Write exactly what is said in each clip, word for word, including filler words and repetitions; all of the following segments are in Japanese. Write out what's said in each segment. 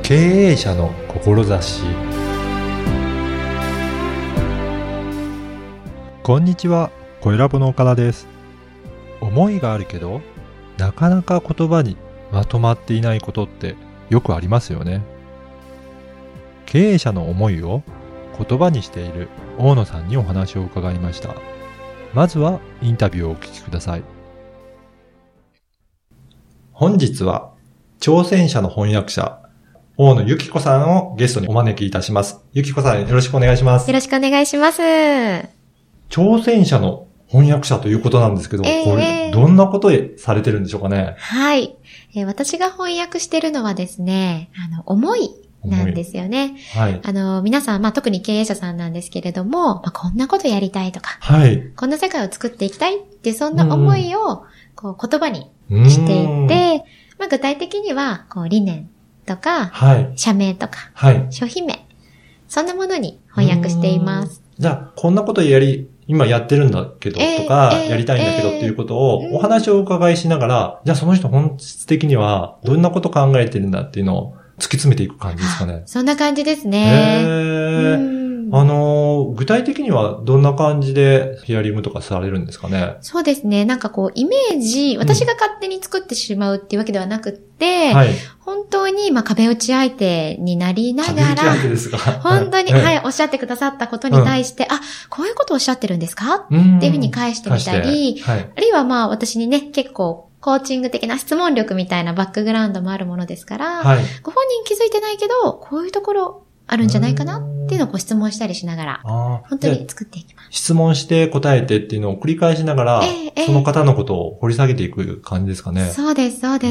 経営者の志。こんにちは、小ラボの岡田です。思いがあるけどなかなか言葉にまとまっていないことってよくありますよね。経営者の思いを言葉にしている大野さんにお話を伺いました。まずはインタビューをお聞きください。本日は挑戦者の翻訳者大野由紀子さんをゲストにお招きいたします。由紀子さん、よろしくお願いします。 よろしくお願いします。 挑戦者の翻訳者ということなんですけど、えー、これどんなことされてるんでしょうかね。 はい、えー、私が翻訳しているのはですね、あの思いなんですよね。はい。あの皆さん、まあ特に経営者さんなんですけれども、まあ、こんなことやりたいとか、はい。こんな世界を作っていきたいってそんな思いをこう言葉にしていて、まあ具体的にはこう理念とか、はい、社名とか、はい、商品名、そんなものに翻訳しています。 じゃあ、こんなことやり、今やってるんだけど、えー、とか、えー、やりたいんだけどっていうことを、お話をお伺いしながら、じゃあその人本質的には、どんなこと考えてるんだっていうのを突き詰めていく感じですかね。 そんな感じですね。 へー。あの、具体的にはどんな感じでヒアリングとかされるんですかね。 そうですね。なんかこう、イメージ、私が勝手に作ってしまうっていうわけではなくって、うん、はい、本当に、まあ、壁打ち相手になりながら、 壁打ち相手ですか。 本当に、はい、はい、おっしゃってくださったことに対して、うん、あ、こういうことをおっしゃってるんですかっていうふうに返してみたり、はい、あるいはまあ、私にね、結構、コーチング的な質問力みたいなバックグラウンドもあるものですから、はい、ご本人気づいてないけど、こういうところ、あるんじゃないかなっていうのをこう質問したりしながら、本当に作っていきます。 質問して答えてっていうのを繰り返しながら、えーえー、その方のことを掘り下げていく感じですかね。 そうです、そうです。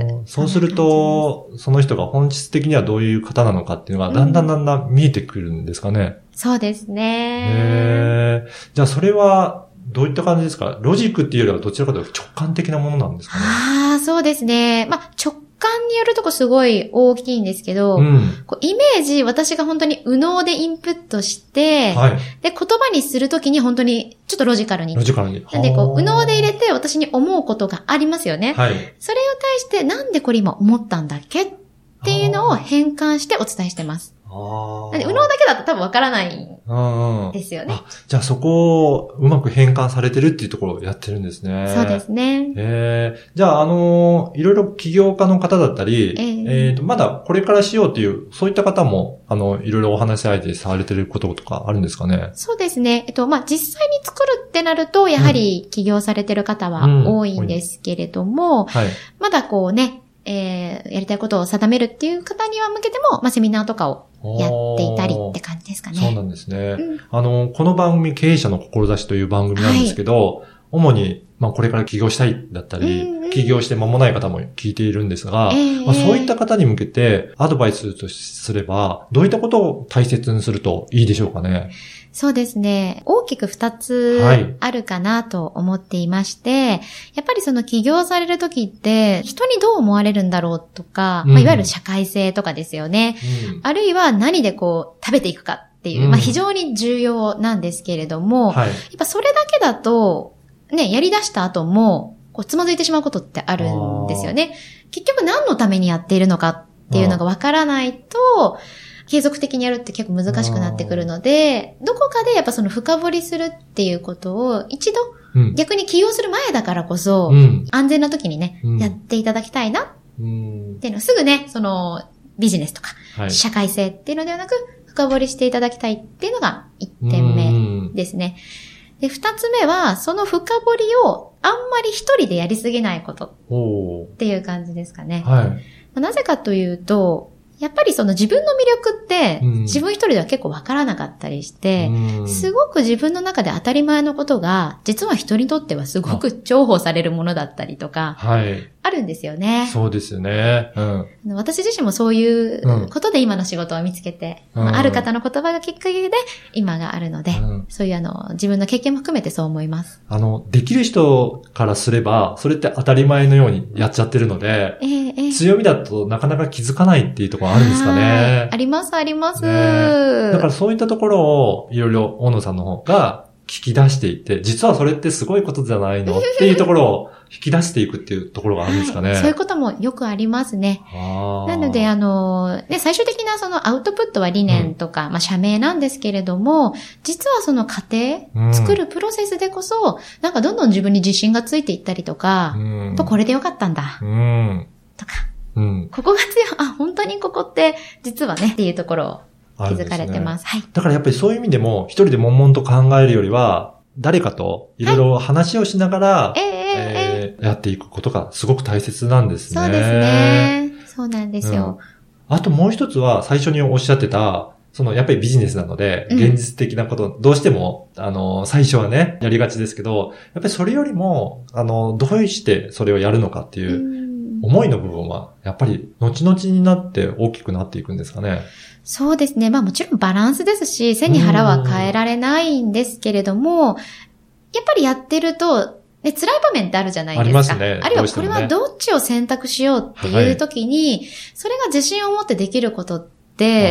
そうすると、その人が本質的にはどういう方なのかっていうのがだんだんだんだん見えてくるんですかね。うん、 そうですね。 へー。じゃあそれは、どういった感じですか？ロジックっていうよりはどちらかというと直感的なものなんですかね。 ああ、そうですね。まあ、直感によるとこすごい大きいんですけど、うん、こうイメージ、私が本当に右脳でインプットして、はい、で、言葉にするときに本当にちょっとロジカルに。 ロジカルに。 なんでこう、右脳で入れて私に思うことがありますよね。はい。それを対してなんでこれ今思ったんだっけっていうのを変換してお伝えしてます。ああ。右脳だけだと多分わからないんですよね。あ、 じゃあそこをうまく変換されてるっていうところをやってるんですね。 そうですね。 えー、じゃああのー、いろいろ起業家の方だったり、えー、えーと、まだこれからしようっていう、そういった方も、あの、いろいろお話し相手されてることとかあるんですかね。 そうですね。えっと、まあ、実際に作るってなると、やはり起業されてる方は多いんですけれども、うんうん、はい、まだこうね、えー、やりたいことを定めるっていう方には向けても、まあ、セミナーとかをやっていたりって感じですかね。 そうなんですね。うん、あの、この番組、経営者の志という番組なんですけど、はい、主に、まあ、これから起業したいだったり、うんうん、起業して間もない方も聞いているんですが、えーまあ、そういった方に向けてアドバイスとすれば、どういったことを大切にするといいでしょうかね。 そうですね。大きく二つあるかなと思っていまして、はい、やっぱりその起業されるときって人にどう思われるんだろうとか、うん、まあ、いわゆる社会性とかですよね。うん、あるいは何でこう食べていくかっていう、うん、まあ非常に重要なんですけれども、はい、やっぱそれだけだとね、やり出した後もこうつまずいてしまうことってあるんですよね。結局何のためにやっているのかっていうのがわからないと、継続的にやるって結構難しくなってくるので、どこかでやっぱその深掘りするっていうことを一度、うん、逆に起業する前だからこそ、うん、安全な時にね、うん、やっていただきたいなっていうのはすぐね、そのビジネスとか、はい、社会性っていうのではなく、深掘りしていただきたいっていうのが一点目ですね。で、二つ目は、その深掘りをあんまり一人でやりすぎないことっていう感じですかね。はい、なぜかというと、やっぱりその自分の魅力って、自分一人では結構わからなかったりして、うん、すごく自分の中で当たり前のことが、実は人にとってはすごく重宝されるものだったりとか、はい、あるんですよね。 そうですよね。うん、 私自身もそういうことで今の仕事を見つけて、うん、ある方の言葉がきっかけで今があるので、うん、そういうあの、自分の経験も含めてそう思います。 あの、できる人からすれば、それって当たり前のようにやっちゃってるので、えーえー、強みだとなかなか気づかないっていうところあるんですかね。 あります、あります、 ね。だからそういったところをいろいろ大野さんの方が聞き出していて、実はそれってすごいことじゃないのっていうところを引き出していくっていうところがあるんですかね。 はい、そういうこともよくありますね。なので、あの、ね、最終的なそのアウトプットは理念とか、うん、まあ、社名なんですけれども、実はその過程、うん、作るプロセスでこそ、なんかどんどん自分に自信がついていったりとか、うん、とこれでよかったんだ。うん、とか、うん、ここが強い、あ、本当にここって実はねっていうところを気づかれてます。はい。 だからやっぱりそういう意味でも、一人で悶々と考えるよりは、誰かといろいろ話をしながら、はい、えーえー、やっていくことがすごく大切なんですね。 そうですね。そうなんですよ。 うん、あともう一つは、最初におっしゃってた、その、やっぱりビジネスなので、現実的なこと、うん、どうしても、あの、最初はね、やりがちですけど、やっぱりそれよりも、あの、どうしてそれをやるのかっていう、思いの部分は、やっぱり、後々になって大きくなっていくんですかね。 そうですね。まあもちろんバランスですし、背に腹は変えられないんですけれども、やっぱりやってると、ね、辛い場面ってあるじゃないですか。 ありますね。 あるいはこれはどっちを選択しようっていう時に、はい、それが自信を持ってできることって、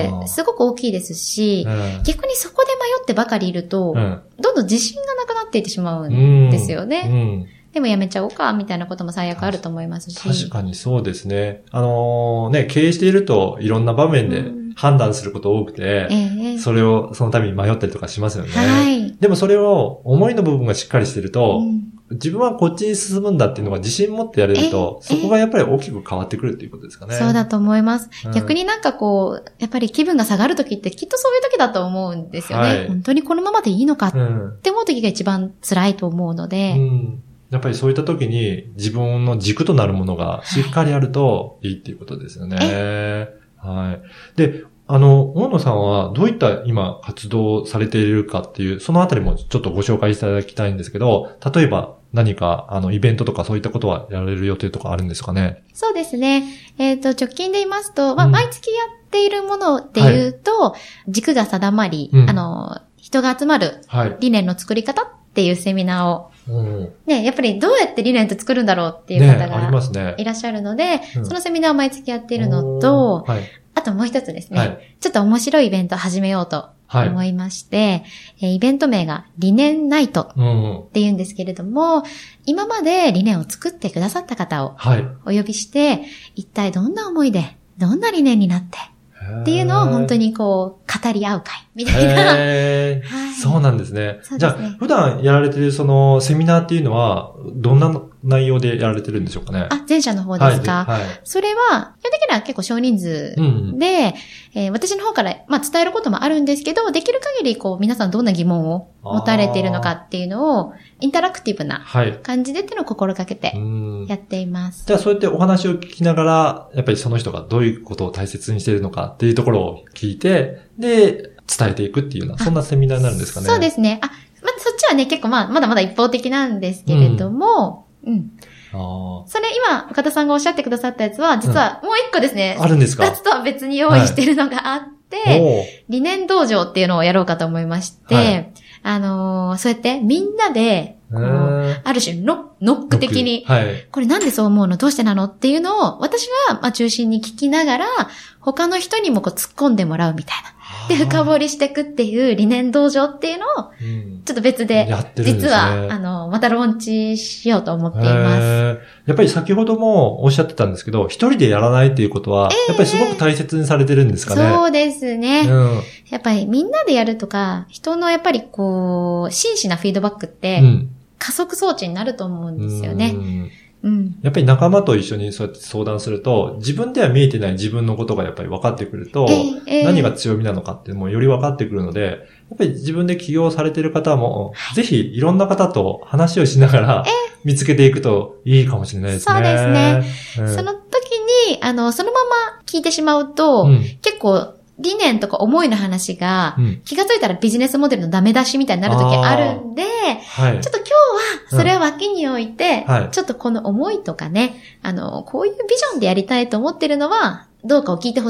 すごく大きいですし、うん、逆にそこで迷ってばかりいると、うん、どんどん自信がなくなっていってしまうんですよね。うんうんでもやめちゃおうか、みたいなことも最悪あると思いますし。 確かにそうですね。あのー、ね、経営しているといろんな場面で判断すること多くて、うんええ、それを、そのために迷ったりとかしますよね。はい。でもそれを思いの部分がしっかりしてると、うん、自分はこっちに進むんだっていうのが自信持ってやれると、そこがやっぱり大きく変わってくるっていうことですかね。 そうだと思います。うん、逆になんかこう、やっぱり気分が下がるときってきっとそういうときだと思うんですよね、はい。本当にこのままでいいのかって思うときが一番辛いと思うので、うんやっぱりそういった時に自分の軸となるものがしっかりあるといいっていうことですよね。はい。で、あの、大野さんはどういった今活動をされているかっていう、そのあたりもちょっとご紹介いただきたいんですけど、例えば何かあのイベントとかそういったことはやられる予定とかあるんですかね？ そうですね。えっと、直近で言いますと、まあ、毎月やっているもので言うと、はい、軸が定まり、うん、あの、人が集まる理念の作り方っていうセミナーを、うん、ね、やっぱりどうやって理念って作るんだろうっていう方がいらっしゃるので、ねねうん、そのセミナーを毎月やっているのと、はい、あともう一つですね、はい、ちょっと面白いイベントを始めようと思いまして、はい、イベント名が理念ナイトっていうんですけれども、うん、今まで理念を作ってくださった方をお呼びして、はい、一体どんな思いで、どんな理念になって、っていうのを本当にこう、語り合う会みたいな。 へーはい、そうなんですね。じゃあ、普段やられているそのセミナーっていうのは、どんな内容でやられてるんでしょうかね？ あ、前者の方ですか？はい。はい、それは、基本的には結構少人数で、うんうんえー、私の方から、まあ、伝えることもあるんですけど、できる限りこう、皆さんどんな疑問を持たれているのかっていうのを、インタラクティブな感じでっていうのを心がけてやっています。 じゃあそうやってお話を聞きながら、やっぱりその人がどういうことを大切にしているのかっていうところを聞いて、で、伝えていくっていうような、そんなセミナーになるんですかね。 そうですね。あ、まあ、そっちはね、結構まあ、まだまだ一方的なんですけれども、うん。うん、あそれ今、岡田さんがおっしゃってくださったやつは、実はもう一個ですね。 うん、あるんですか？ 二つとは別に用意してるのがあって、はい、理念道場っていうのをやろうかと思いまして、はい、あのー、そうやってみんなで、こうある種ノ、ノック的に、はい、これなんでそう思うの？どうしてなの？っていうのを、私はまあ中心に聞きながら、他の人にもこう突っ込んでもらうみたいな。で、深掘りしていくっていう理念道場っていうのを、ちょっと別で、うん、実は、あの、またローンチしようと思っています。 やっぱり先ほどもおっしゃってたんですけど、一人でやらないっていうことは、やっぱりすごく大切にされてるんですかね。 そうですね、うん。やっぱりみんなでやるとか、人のやっぱりこう、真摯なフィードバックって、加速装置になると思うんですよね。うんうん、やっぱり仲間と一緒にそうやって相談すると、自分では見えてない自分のことがやっぱり分かってくると、えー、何が強みなのかっていうのもより分かってくるので、やっぱり自分で起業されている方も、はい、ぜひいろんな方と話をしながら見つけていくといいかもしれないですね。 そうですね。うん、その時に、あの、そのまま聞いてしまうと、うん、結構、理念とか思いの話が、気がついたらビジネスモデルのダメ出しみたいになる時あるんで、はい、ちょっと今日はそれを脇に置いて、うんはい、ちょっとこの思いとかね、あの、こういうビジョンでやりたいと思ってるのは、どうかを聞いてほしいっ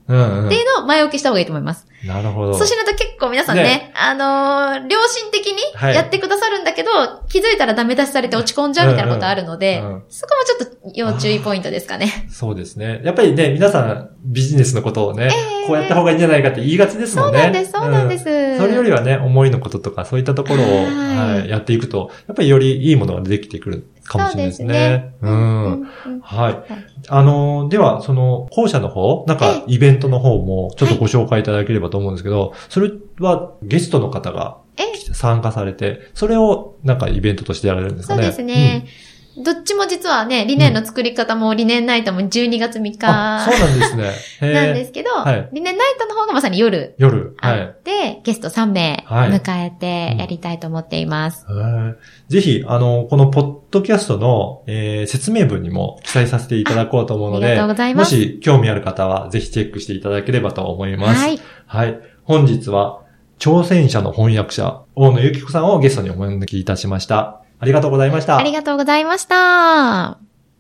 うんうん、 っていうのを前置きした方がいいと思います。 なるほど。 そうしないと結構皆さんね、ねあのー、良心的にやってくださるんだけど、はい、気づいたらダメ出しされて落ち込んじゃうみたいなことあるので、うんうん、そこもちょっと要注意ポイントですかね。 そうですね。やっぱりね、皆さんビジネスのことをね、えー、こうやった方がいいんじゃないかって言いがちですもんね。 そうなんです、そうなんです、 うん。それよりはね、思いのこととかそういったところを、はいはい、やっていくと、やっぱりよりいいものができてくるかもしれないですね。そうですね。うん。うんうん、はい。あの、では、その、校舎の方、なんか、イベントの方も、ちょっとご紹介いただければと思うんですけど、はい、それはゲストの方が参加されて、それをなんかイベントとしてやられるんですかね。 そうですね。うんどっちも実はね、理念の作り方も理念ナイトもじゅうにがつみっか、 うん、そうなんですね。 なんですけど、はい、理念ナイトの方がまさに夜。 夜。 はい。あって、ゲストさんめい迎えてやりたいと思っています。 はい、ぜひ、あの、このポッドキャストの、えー、説明文にも記載させていただこうと思うので、 ありがとうございます。 もし興味ある方はぜひチェックしていただければと思います。 はい。 はい。本日は、挑戦者の翻訳者、大野由紀子さんをゲストにお招きいたしました。ありがとうございました。 ありがとうございました。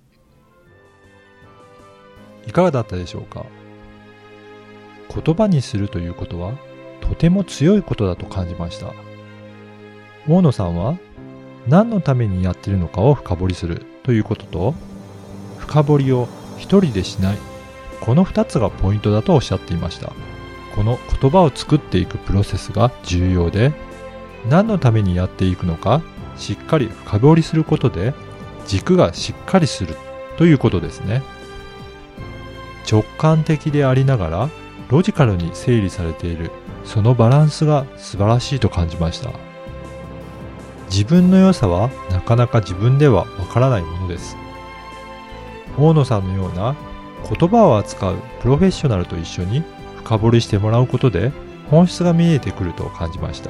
いかがだったでしょうか。言葉にするということはとても強いことだと感じました。大野さんは何のためにやっているのかを深掘りするということと、深掘りを一人でしない、この二つがポイントだとおっしゃっていました。この言葉を作っていくプロセスが重要で、何のためにやっていくのかしっかり深掘りすることで軸がしっかりするということですね。直感的でありながらロジカルに整理されているそのバランスが素晴らしいと感じました。自分の良さはなかなか自分ではわからないものです。大野さんのような言葉を扱うプロフェッショナルと一緒に深掘りしてもらうことで本質が見えてくると感じました。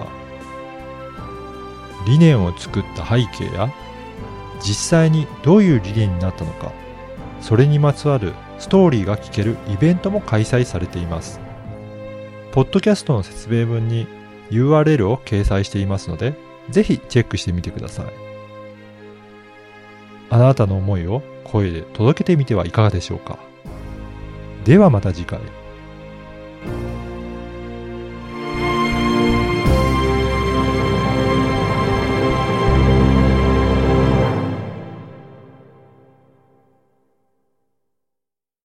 理念を作った背景や実際にどういう理念になったのか、それにまつわるストーリーが聞けるイベントも開催されています。ポッドキャストの説明文に ユーアールエル を掲載していますので、ぜひチェックしてみてください。あなたの思いを声で届けてみてはいかがでしょうか。ではまた次回。